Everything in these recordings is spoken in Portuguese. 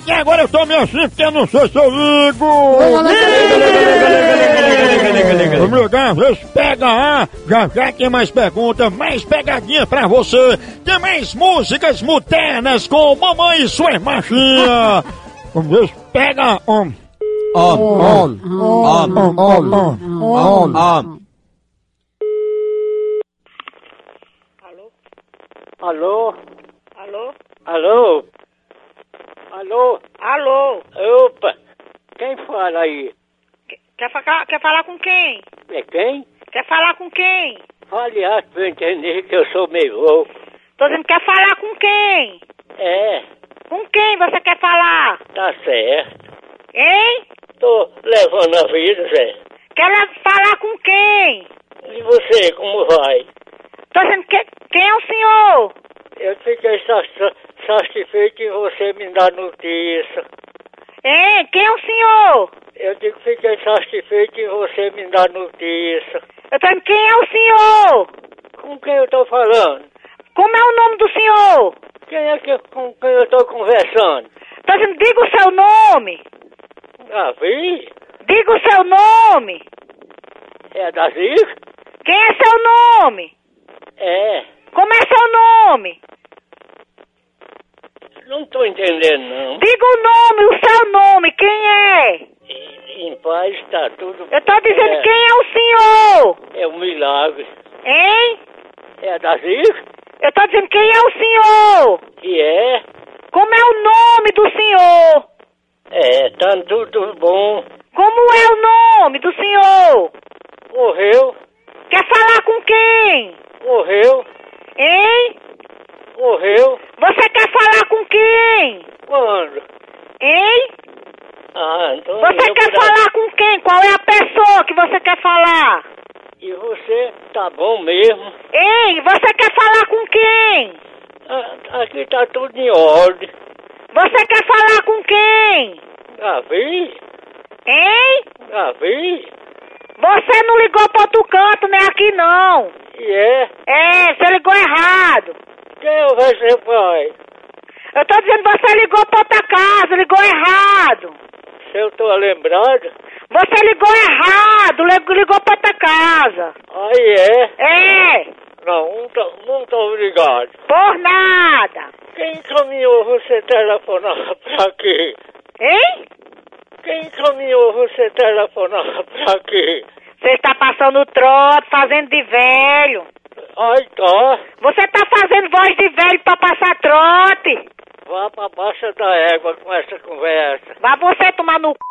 que agora eu tô meio assim porque eu não sei se eu ligo. Vamos ligar, às vezes pega já tem mais perguntas, mais pegadinha pra você. Tem mais músicas modernas com Mamãe e Suas Machinhas. Vamos ver se pega on. Alô? Alô? Alô? Alô? Alô? Opa! Quem fala aí? Quer falar com quem? É quem? Quer falar com quem? Fale alto pra eu entender que eu sou meio louco. Tô dizendo, quer falar com quem? É, Com quem você quer falar? tá certo. Hein? Tô levando a vida, Zé. Falar com quem? E você, como vai? Tô dizendo, quem é o senhor? Eu fiquei satisfeito em você me dar notícia. Hein? Quem é o senhor? Eu digo que fiquei satisfeito em você me dar notícia. Eu tô dizendo, quem é o senhor? Com quem eu tô falando? Como é o nome do senhor? Com quem eu tô conversando? Tô dizendo, diga o seu nome. Davi? Diga o seu nome. É da Zica? Quem é seu nome? É. Como é seu nome? Não tô entendendo, não. Diga o nome, o seu nome, quem é? Em paz tá tudo... Eu tô dizendo, quem é o senhor? É um milagre. Hein? É da Zica? Eu tô dizendo, quem é o senhor? Que é? Como é o nome do senhor? É, tá tudo bom. Como é o nome do senhor? Morreu? Quer falar com quem? Morreu? Hein? Morreu? Você quer falar com quem? Quando? Hein? Ah, então... Você quer falar com quem? Qual é a pessoa que você quer falar? E você tá bom mesmo? Ei, você quer falar com quem? Aqui tá tudo em ordem. Você quer falar com quem? Davi? Hein? Davi? Você não ligou para outro canto, nem aqui não. E é? É, você ligou errado. Quem vai ser pai? Eu tô dizendo, você ligou para outra casa, ligou errado. Se eu tô lembrado? Você ligou errado, ligou para outra casa. Aí é? É. Não tô ligado. Por nada. Quem encaminhou você telefonar pra quê? Hein? Quem encaminhou você telefonar pra quê? Você está passando trote, fazendo de velho. Ai, tá. Você tá fazendo voz de velho pra passar trote. Vá pra baixa da égua com essa conversa. Vá você tomar no c...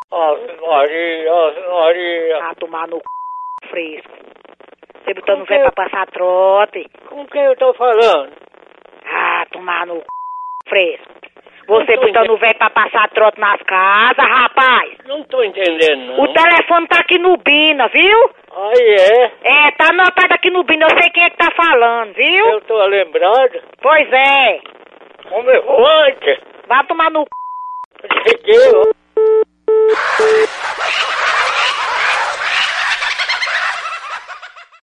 Maria. Ah, tomar no c... fresco. Você botando velho pra passar trote. Com quem eu tô falando? Ah, tomar no c... fresco. Você botando velho pra passar trote nas casas, rapaz. Não tô entendendo, não. O telefone tá aqui no Bina, viu? Aí é? É, tá anotado aqui no Bina. Eu sei quem é que tá falando, viu? Eu tô lembrado? Pois é. Como eu vou antes? Vá tomar no c... Que?